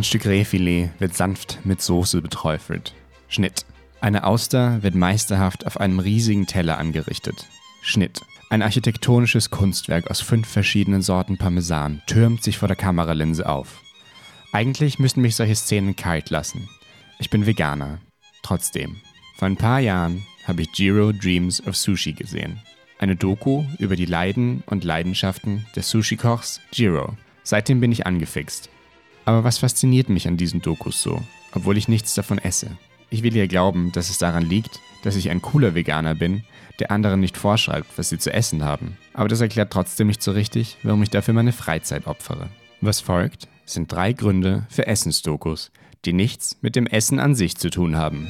Ein Stück Rehfilet wird sanft mit Soße beträufelt. Schnitt. Eine Auster wird meisterhaft auf einem riesigen Teller angerichtet. Schnitt. Ein architektonisches Kunstwerk aus 5 verschiedenen Sorten Parmesan türmt sich vor der Kameralinse auf. Eigentlich müssten mich solche Szenen kalt lassen. Ich bin Veganer. Trotzdem. Vor ein paar Jahren habe ich Jiro Dreams of Sushi gesehen. Eine Doku über die Leiden und Leidenschaften des Sushi-Kochs Jiro. Seitdem bin ich angefixt. Aber was fasziniert mich an diesen Dokus so, obwohl ich nichts davon esse? Ich will ja glauben, dass es daran liegt, dass ich ein cooler Veganer bin, der anderen nicht vorschreibt, was sie zu essen haben. Aber das erklärt trotzdem nicht so richtig, warum ich dafür meine Freizeit opfere. Was folgt, sind 3 Gründe für Essensdokus, die nichts mit dem Essen an sich zu tun haben.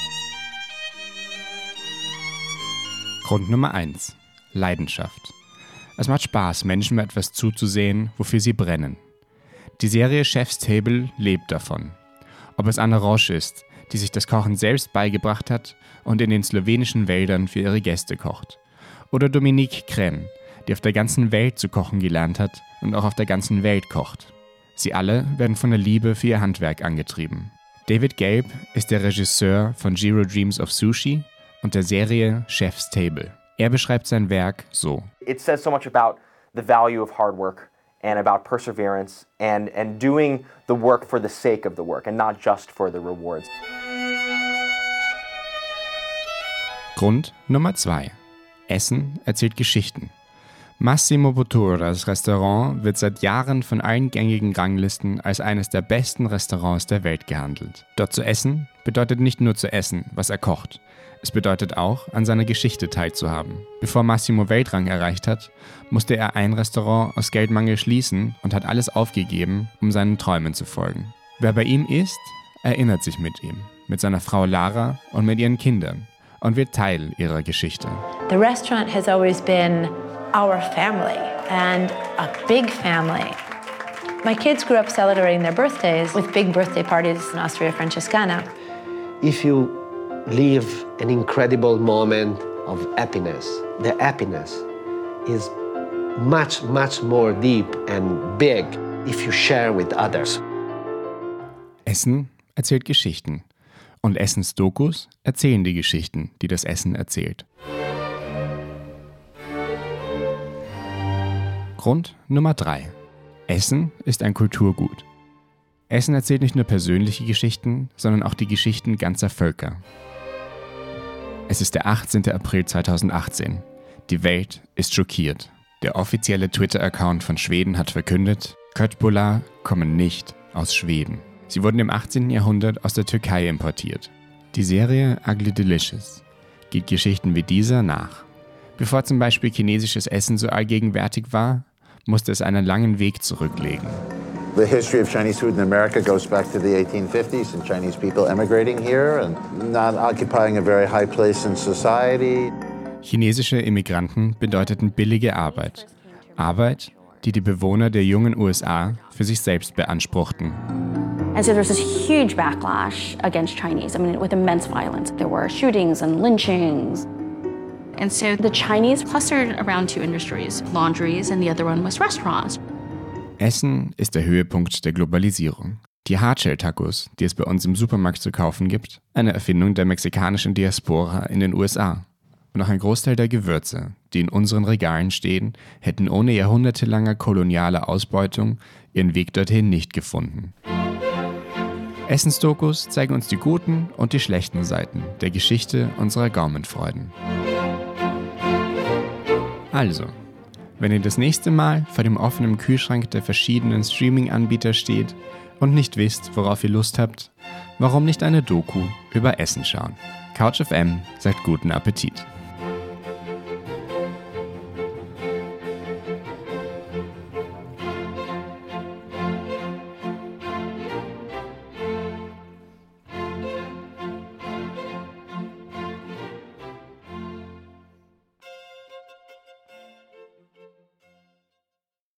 Grund Nummer 1. Leidenschaft. Es macht Spaß, Menschen bei etwas zuzusehen, wofür sie brennen. Die Serie Chef's Table lebt davon. Ob es Anne Roche ist, die sich das Kochen selbst beigebracht hat und in den slowenischen Wäldern für ihre Gäste kocht. Oder Dominique Crenn, die auf der ganzen Welt zu kochen gelernt hat und auch auf der ganzen Welt kocht. Sie alle werden von der Liebe für ihr Handwerk angetrieben. David Gelb ist der Regisseur von Jiro Dreams of Sushi und der Serie Chef's Table. Er beschreibt sein Werk so. It says so much about the value of hard work and about perseverance and doing the work for the sake of the work and not just for the rewards. Grund Nummer 2. Essen erzählt Geschichten. Massimo Botturas Restaurant wird seit Jahren von allen gängigen Ranglisten als eines der besten Restaurants der Welt gehandelt. Dort zu essen bedeutet nicht nur zu essen, was er kocht. Es bedeutet auch, an seiner Geschichte teilzuhaben. Bevor Massimo Weltrang erreicht hat, musste er ein Restaurant aus Geldmangel schließen und hat alles aufgegeben, um seinen Träumen zu folgen. Wer bei ihm isst, erinnert sich mit ihm, mit seiner Frau Lara und mit ihren Kindern und wird Teil ihrer Geschichte. The restaurant has always been our family and a big family. My kids grew up celebrating their birthdays with big birthday parties in Austria Francescana. If you live an incredible moment of happiness, the happiness is much, much more deep and big if you share with others. Essen erzählt Geschichten. Und Essensdokus erzählen die Geschichten, die das Essen erzählt. Grund Nummer 3. Essen ist ein Kulturgut. Essen erzählt nicht nur persönliche Geschichten, sondern auch die Geschichten ganzer Völker. Es ist der 18. April 2018. Die Welt ist schockiert. Der offizielle Twitter-Account von Schweden hat verkündet, Köttbullar kommen nicht aus Schweden. Sie wurden im 18. Jahrhundert aus der Türkei importiert. Die Serie Ugly Delicious geht Geschichten wie dieser nach. Bevor zum Beispiel chinesisches Essen so allgegenwärtig war, musste es einen langen Weg zurücklegen. The history of Chinese food in America goes back to the 1850s and Chinese people emigrating here and not occupying a very high place in society. Chinesische Immigranten bedeuteten billige Arbeit. Arbeit, die die Bewohner der jungen USA für sich selbst beanspruchten. And so there's this huge backlash against Chinese, with immense violence. There were shootings and lynchings. And so the Chinese clustered around 2 industries, laundries and the other one was restaurants. Essen ist der Höhepunkt der Globalisierung. Die Hardshell-Tacos, die es bei uns im Supermarkt zu kaufen gibt, eine Erfindung der mexikanischen Diaspora in den USA. Und auch ein Großteil der Gewürze, die in unseren Regalen stehen, hätten ohne jahrhundertelanger koloniale Ausbeutung ihren Weg dorthin nicht gefunden. Essensdokus zeigen uns die guten und die schlechten Seiten der Geschichte unserer Gaumenfreuden. Also, wenn ihr das nächste Mal vor dem offenen Kühlschrank der verschiedenen Streaming-Anbieter steht und nicht wisst, worauf ihr Lust habt, warum nicht eine Doku über Essen schauen? CouchFM sagt guten Appetit.